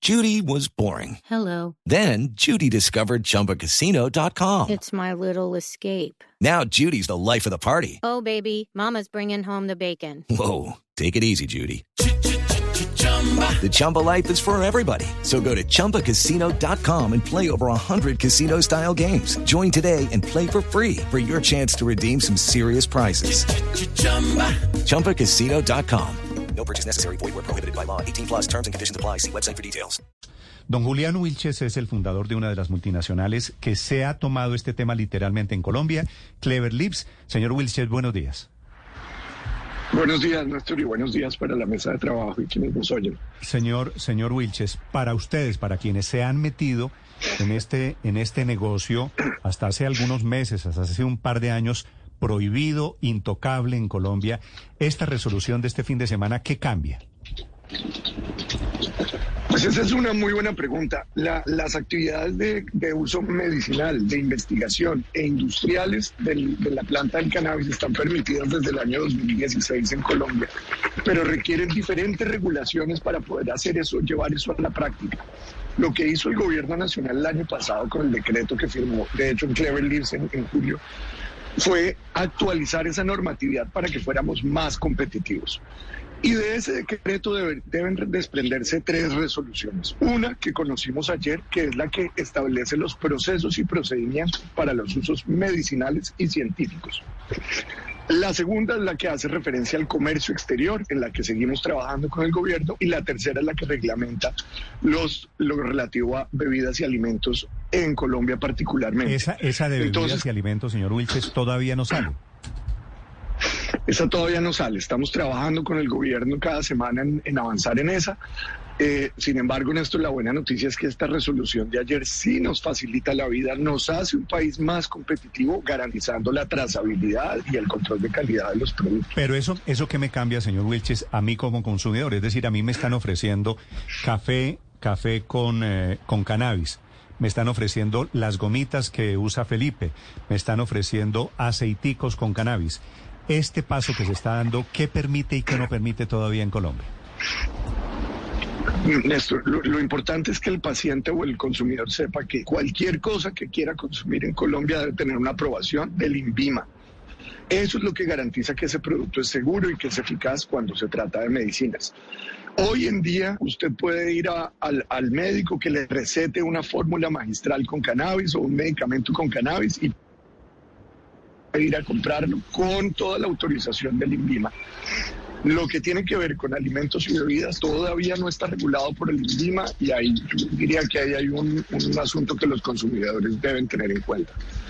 Judy was boring. Hello. Then Judy discovered ChumbaCasino.com. It's my little escape. Now Judy's the life of the party. Oh, baby, mama's bringing home the bacon. Whoa, take it easy, Judy. The Chumba life is for everybody. So go to ChumbaCasino.com and play over 100 casino-style games. Join today and play for free for your chance to redeem some serious prizes. ChumbaCasino.com. No purchase necessary. Void where prohibited by law. 18 plus terms and conditions apply. See website for details. Don Julián Wilches es el fundador de una de las multinacionales que se ha tomado este tema literalmente en Colombia, Clever Lips. Señor Wilches, buenos días. Buenos días, Néstor, y buenos días para la mesa de trabajo y quienes nos oyen. Señor Wilches, para ustedes, para quienes se han metido en este negocio hasta hace algunos meses, hasta hace un par de años, prohibido, intocable en Colombia, esta resolución de este fin de semana, ¿qué cambia? Pues esa es una muy buena pregunta. Las actividades de uso medicinal, de investigación e industriales de la planta del cannabis están permitidas desde el año 2016 en Colombia, pero requieren diferentes regulaciones para poder hacer eso, llevar eso a la práctica. Lo que hizo el gobierno nacional el año pasado con el decreto que firmó, de hecho, en Clever Lips en julio, fue actualizar esa normatividad para que fuéramos más competitivos. Y de ese decreto deben desprenderse 3 resoluciones. Una que conocimos ayer, que es la que establece los procesos y procedimientos para los usos medicinales y científicos. La segunda es la que hace referencia al comercio exterior, en la que seguimos trabajando con el gobierno. Y la tercera es la que reglamenta lo relativo a bebidas y alimentos en Colombia particularmente. Esa de bebidas y alimentos, señor Wilches, todavía no sale. Esa todavía no sale. Estamos trabajando con el gobierno cada semana en avanzar en esa. Sin embargo, Néstor, la buena noticia es que esta resolución de ayer sí nos facilita la vida, nos hace un país más competitivo, garantizando la trazabilidad y el control de calidad de los productos. Pero eso ¿qué me cambia, señor Wilches, a mí como consumidor? Es decir, a mí me están ofreciendo café con cannabis. Me están ofreciendo las gomitas que usa Felipe. Me están ofreciendo aceiticos con cannabis. Este paso que se está dando, ¿qué permite y qué no permite todavía en Colombia? Néstor, lo importante es que el paciente o el consumidor sepa que cualquier cosa que quiera consumir en Colombia debe tener una aprobación del INVIMA. Eso es lo que garantiza que ese producto es seguro y que es eficaz cuando se trata de medicinas. Hoy en día usted puede ir al médico que le recete una fórmula magistral con cannabis o un medicamento con cannabis y ir a comprarlo con toda la autorización del INVIMA. Lo que tiene que ver con alimentos y bebidas todavía no está regulado por el INVIMA y ahí yo diría que ahí hay un asunto que los consumidores deben tener en cuenta.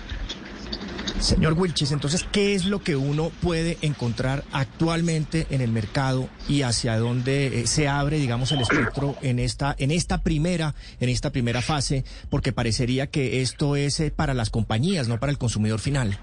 Señor Wilches, entonces, ¿qué es lo que uno puede encontrar actualmente en el mercado y hacia dónde se abre, digamos, el espectro en esta primera fase? Porque parecería que esto es para las compañías, no para el consumidor final.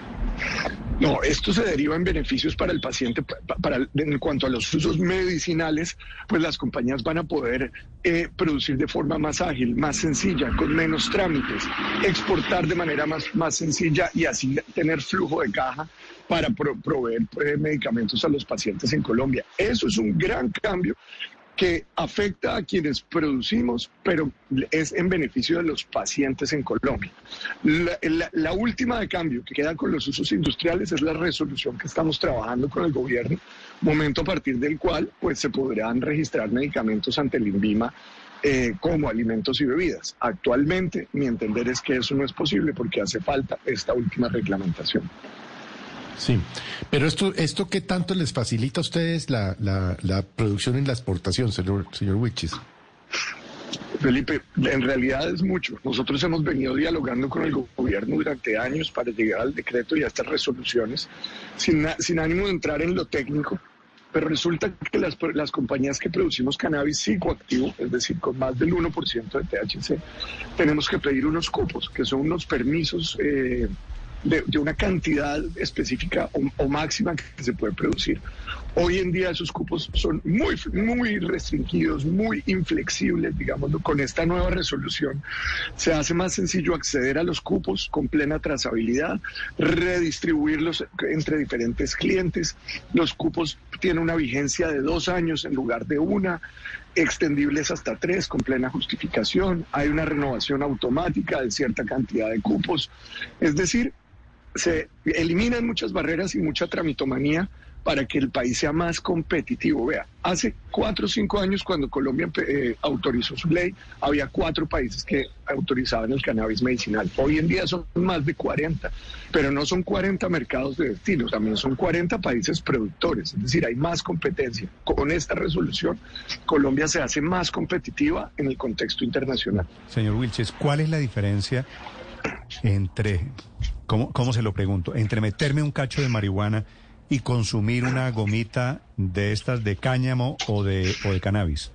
No, esto se deriva en beneficios para el paciente. En cuanto a los usos medicinales, pues las compañías van a poder producir de forma más ágil, más sencilla, con menos trámites, exportar de manera más sencilla y así tener flujo de caja para proveer medicamentos a los pacientes en Colombia. Eso es un gran cambio que afecta a quienes producimos, pero es en beneficio de los pacientes en Colombia. La última de cambio que queda con los usos industriales es la resolución que estamos trabajando con el gobierno, momento a partir del cual pues se podrán registrar medicamentos ante el INVIMA como alimentos y bebidas. Actualmente, mi entender es que eso no es posible porque hace falta esta última reglamentación. Sí, pero esto ¿qué tanto les facilita a ustedes la producción y la exportación, señor Wilches? Felipe, en realidad es mucho. Nosotros hemos venido dialogando con el gobierno durante años para llegar al decreto y a estas resoluciones, sin ánimo de entrar en lo técnico, pero resulta que las compañías que producimos cannabis psicoactivo, es decir, con más del 1% de THC, tenemos que pedir unos cupos, que son unos permisos de una cantidad específica o máxima que se puede producir. Hoy en día esos cupos son muy, muy restringidos, muy inflexibles, digámoslo. Con esta nueva resolución se hace más sencillo acceder a los cupos con plena trazabilidad, redistribuirlos entre diferentes clientes. Los cupos tienen una vigencia de 2 años en lugar de 1, extendibles hasta 3 con plena justificación. Hay una renovación automática de cierta cantidad de cupos. Es decir, se eliminan muchas barreras y mucha tramitomanía para que el país sea más competitivo. Vea, hace 4 o 5 años, cuando Colombia autorizó su ley, había 4 países que autorizaban el cannabis medicinal. Hoy en día son más de 40, pero no son 40 mercados de destino, también son 40 países productores. Es decir, hay más competencia. Con esta resolución, Colombia se hace más competitiva en el contexto internacional. Señor Wilches, ¿cuál es la diferencia entre, cómo se lo pregunto, entre meterme un cacho de marihuana y consumir una gomita de estas de cáñamo o de cannabis?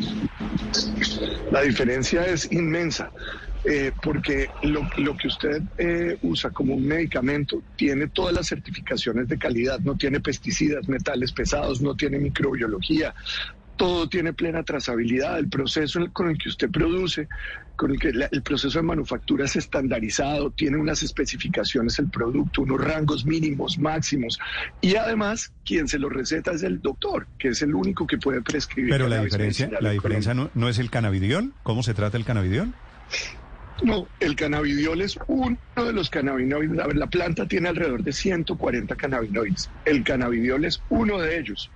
La diferencia es inmensa, porque lo que usted usa como un medicamento tiene todas las certificaciones de calidad, no tiene pesticidas, metales pesados, no tiene microbiología. Todo tiene plena trazabilidad. El proceso con el que usted produce, con el que el proceso de manufactura es estandarizado, tiene unas especificaciones el producto, unos rangos mínimos, máximos, y además quien se lo receta es el doctor, que es el único que puede prescribir. Pero la diferencia no es el cannabidiol. ¿Cómo se trata el cannabidiol? No, el cannabidiol es uno de los cannabinoides. A ver, la planta tiene alrededor de 140 cannabinoides. El cannabidiol es uno de ellos.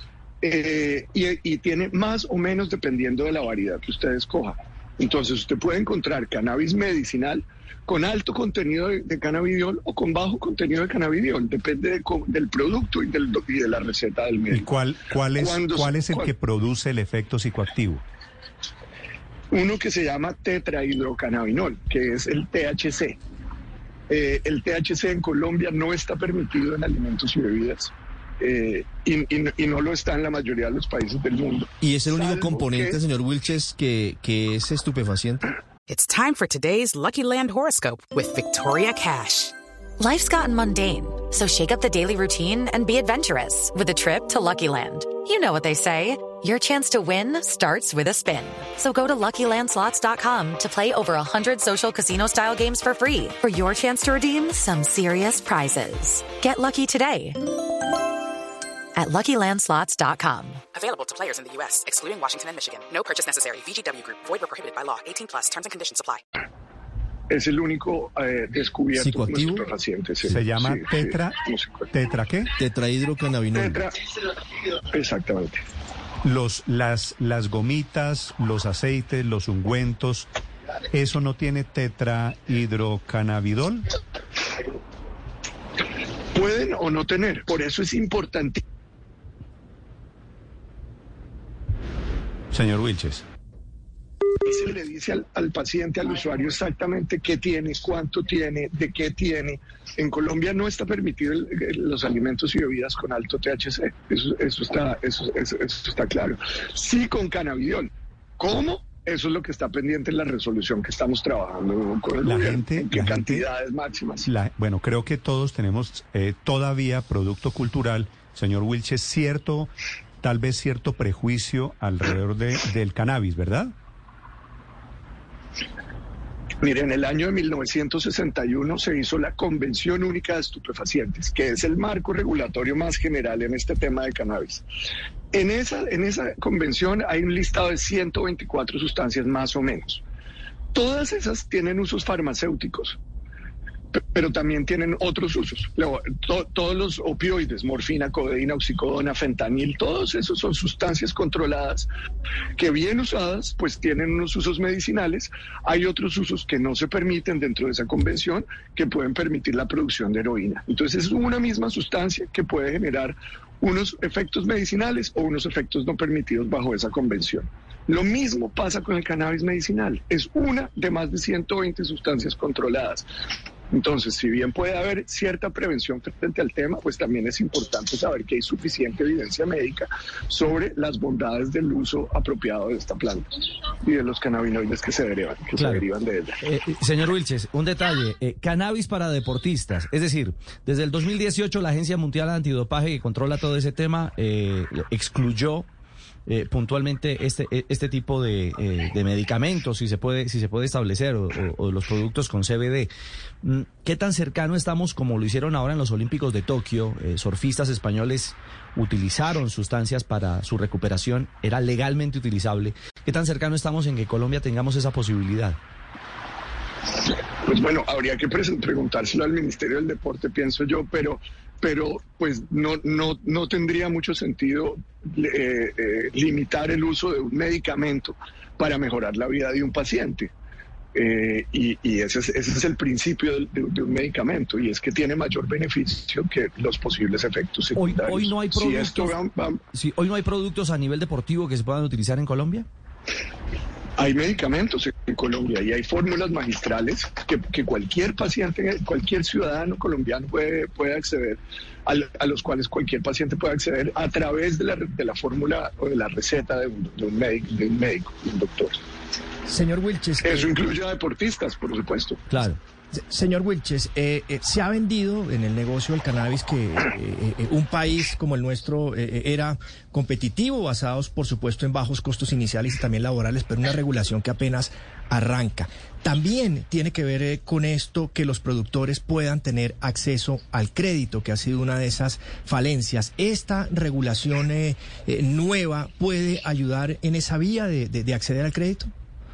Y tiene más o menos dependiendo de la variedad que usted escoja. Entonces usted puede encontrar cannabis medicinal con alto contenido de cannabidiol o con bajo contenido de cannabidiol, depende del producto y de la receta del médico. ¿Y cuál es el que produce el efecto psicoactivo? Uno que se llama tetrahidrocannabinol, que es el THC. El THC en Colombia no está permitido en alimentos y bebidas. Y no lo está en la mayoría de los países del mundo. ¿Y es el único componente, señor Wilches, que es estupefaciente? It's time for today's Lucky Land horoscope with Victoria Cash. Life's gotten mundane, so shake up the daily routine and be adventurous with a trip to Lucky Land. You know what they say, your chance to win starts with a spin. So go to LuckyLandSlots.com to play over 100 social casino-style games for free for your chance to redeem some serious prizes. Get lucky today at LuckyLandSlots.com. Available to players in the U.S., excluding Washington and Michigan. No purchase necessary. VGW Group. Void or prohibited by law. 18+. Terms and conditions apply. Es el único descubierto como estupefaciente. Sí. Se llama ¿Tetra qué? Tetrahidrocannabinol. Exactamente. Las gomitas, los aceites, los ungüentos, ¿eso no tiene tetrahidrocannabidol? Pueden o no tener, por eso es importante. Señor Wilches. Se le dice al paciente, al usuario exactamente qué tiene, cuánto tiene, de qué tiene. En Colombia no está permitido los alimentos y bebidas con alto THC, eso está claro. Sí con cannabidiol. ¿Cómo? Eso es lo que está pendiente en la resolución que estamos trabajando con el gobierno. ¿En qué cantidades máximas? Bueno, creo que todos tenemos todavía producto cultural, señor Wilches, tal vez cierto prejuicio alrededor del cannabis, ¿verdad? Mire, en el año de 1961 se hizo la Convención Única de Estupefacientes, que es el marco regulatorio más general en este tema de cannabis. En esa convención hay un listado de 124 sustancias más o menos. Todas esas tienen usos farmacéuticos, pero también tienen otros usos. Todos los opioides, morfina, codeína, oxicodona, fentanil, todos esos son sustancias controladas que bien usadas pues tienen unos usos medicinales. Hay otros usos que no se permiten dentro de esa convención que pueden permitir la producción de heroína. Entonces es una misma sustancia que puede generar unos efectos medicinales o unos efectos no permitidos bajo esa convención. Lo mismo pasa con el cannabis medicinal. Es una de más de 120 sustancias controladas. Entonces, si bien puede haber cierta prevención frente al tema, pues también es importante saber que hay suficiente evidencia médica sobre las bondades del uso apropiado de esta planta y de los cannabinoides que se derivan de ella. Señor Wilches, un detalle, cannabis para deportistas, es decir, desde el 2018 la Agencia Mundial Antidopaje, que controla todo ese tema, excluyó puntualmente este tipo de medicamentos, si se puede establecer, o los productos con CBD. ¿Qué tan cercano estamos, como lo hicieron ahora en los Olímpicos de Tokio? Surfistas españoles utilizaron sustancias para su recuperación, era legalmente utilizable. ¿Qué tan cercano estamos en que Colombia tengamos esa posibilidad? Pues bueno, habría que preguntárselo al Ministerio del Deporte, pienso yo, pero pues no tendría mucho sentido limitar el uso de un medicamento para mejorar la vida de un paciente. Y ese es el principio de un medicamento, y es que tiene mayor beneficio que los posibles efectos secundarios. Hoy no hay productos, hoy no hay productos a nivel deportivo que se puedan utilizar en Colombia. Hay medicamentos en Colombia y hay fórmulas magistrales que cualquier paciente, cualquier ciudadano colombiano puede acceder, a los cuales cualquier paciente puede acceder a través de la fórmula o de la receta de un médico, un doctor. Señor Wilches. Eso incluye a deportistas, por supuesto. Claro. Señor Wilches, se ha vendido en el negocio del cannabis que un país como el nuestro era competitivo, basados por supuesto en bajos costos iniciales y también laborales, pero una regulación que apenas arranca. También tiene que ver con esto que los productores puedan tener acceso al crédito, que ha sido una de esas falencias. ¿Esta regulación nueva puede ayudar en esa vía de acceder al crédito?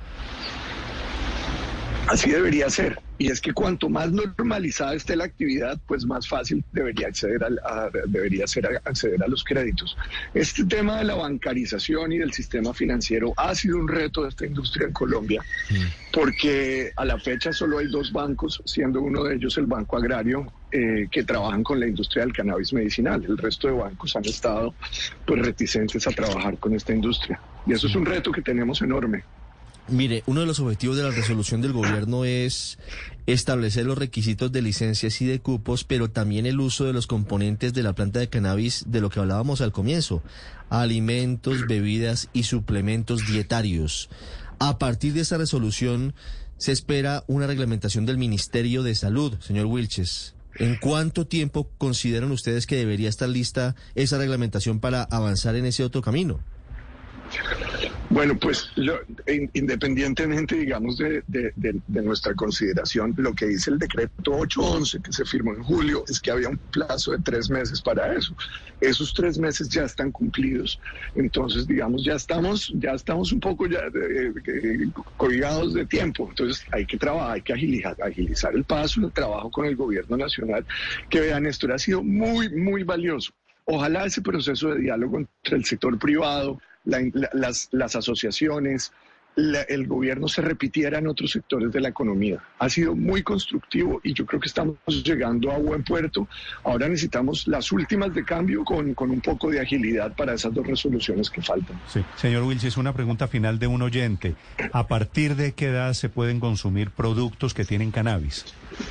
Así debería ser, y es que cuanto más normalizada esté la actividad, pues más fácil debería ser acceder a los créditos. Este tema de la bancarización y del sistema financiero ha sido un reto de esta industria en Colombia, porque a la fecha solo hay 2 bancos, siendo uno de ellos el Banco Agrario, que trabajan con la industria del cannabis medicinal. El resto de bancos han estado pues reticentes a trabajar con esta industria, y eso es un reto que tenemos enorme. Mire, uno de los objetivos de la resolución del gobierno es establecer los requisitos de licencias y de cupos, pero también el uso de los componentes de la planta de cannabis, de lo que hablábamos al comienzo, alimentos, bebidas y suplementos dietarios. A partir de esta resolución se espera una reglamentación del Ministerio de Salud, señor Wilches. ¿En cuánto tiempo consideran ustedes que debería estar lista esa reglamentación para avanzar en ese otro camino? Bueno, pues independientemente, digamos, de nuestra consideración, lo que dice el decreto 811 que se firmó en julio es que había un plazo de 3 meses para eso. Esos 3 meses ya están cumplidos. Entonces, digamos, ya estamos un poco colgados de tiempo. Entonces, hay que trabajar, hay que agilizar el paso, el trabajo con el gobierno nacional, que vean, esto ha sido muy, muy valioso. Ojalá ese proceso de diálogo entre el sector privado, las asociaciones, el gobierno se repitiera en otros sectores de la economía. Ha sido muy constructivo y yo creo que estamos llegando a buen puerto. Ahora necesitamos las últimas de cambio con un poco de agilidad para esas 2 resoluciones que faltan. Sí. Señor Wilches, una pregunta final de un oyente. ¿A partir de qué edad se pueden consumir productos que tienen cannabis?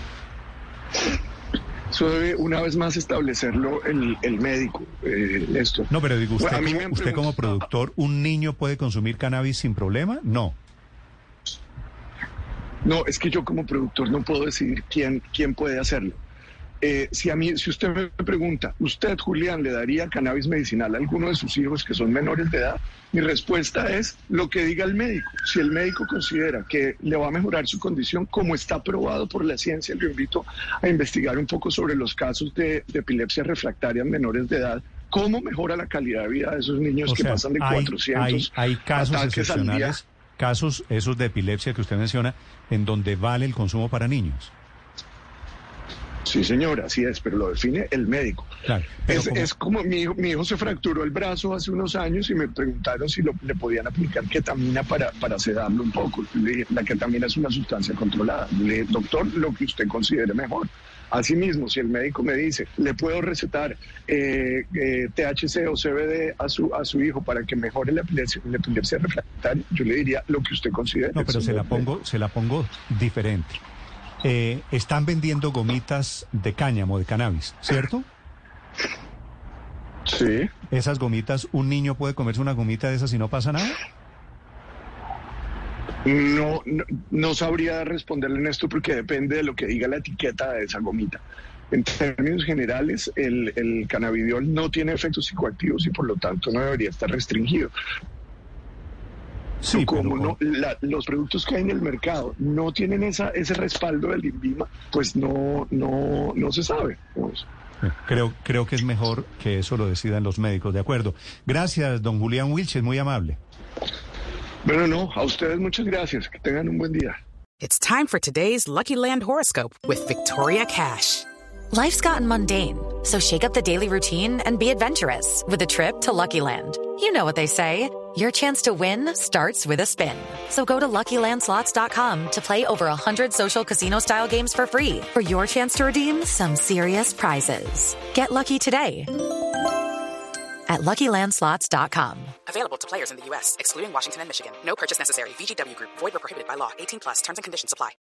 Eso debe una vez más establecerlo el médico, Néstor. No, pero digo, usted como productor, ¿un niño puede consumir cannabis sin problema? No. No, es que yo como productor no puedo decidir quién puede hacerlo. Si usted me pregunta, ¿usted, Julián, le daría cannabis medicinal a alguno de sus hijos que son menores de edad? Mi respuesta es lo que diga el médico. Si el médico considera que le va a mejorar su condición, como está probado por la ciencia, le invito a investigar un poco sobre los casos de epilepsia refractaria en menores de edad, cómo mejora la calidad de vida de esos niños que pasan de 400 hay casos ataques al día. Casos esos de epilepsia que usted menciona, en donde vale el consumo para niños. Sí, señora, así es, pero lo define el médico. Claro, es como mi hijo se fracturó el brazo hace unos años y me preguntaron si le podían aplicar ketamina para sedarlo un poco. Le dije, la ketamina es una sustancia controlada. Le dije, doctor, lo que usted considere mejor. Asimismo, si el médico me dice, le puedo recetar THC o CBD a su hijo para que mejore la epilepsia refractaria, yo le diría lo que usted considere. No, pero se la pongo diferente. están vendiendo gomitas de cáñamo, de cannabis, ¿cierto? Sí. Esas gomitas, ¿un niño puede comerse una gomita de esas y no pasa nada? No sabría responderle en esto porque depende de lo que diga la etiqueta de esa gomita. En términos generales, el cannabidiol no tiene efectos psicoactivos y por lo tanto no debería estar restringido. Sí, como los productos que hay en el mercado no tienen ese respaldo del INVIMA, pues no se sabe. Creo que es mejor que eso lo decidan los médicos, de acuerdo. Gracias, don Julián Wilches, muy amable. Bueno, no, a ustedes muchas gracias. Que tengan un buen día. It's time for today's Lucky Land horoscope with Victoria Cash. Life's gotten mundane, so shake up the daily routine and be adventurous with a trip to Lucky Land. You know what they say, your chance to win starts with a spin. So go to LuckyLandSlots.com to play over 100 social casino-style games for free for your chance to redeem some serious prizes. Get lucky today at LuckyLandSlots.com. Available to players in the U.S., excluding Washington and Michigan. No purchase necessary. VGW Group. Void where prohibited by law. 18+. Terms and conditions apply.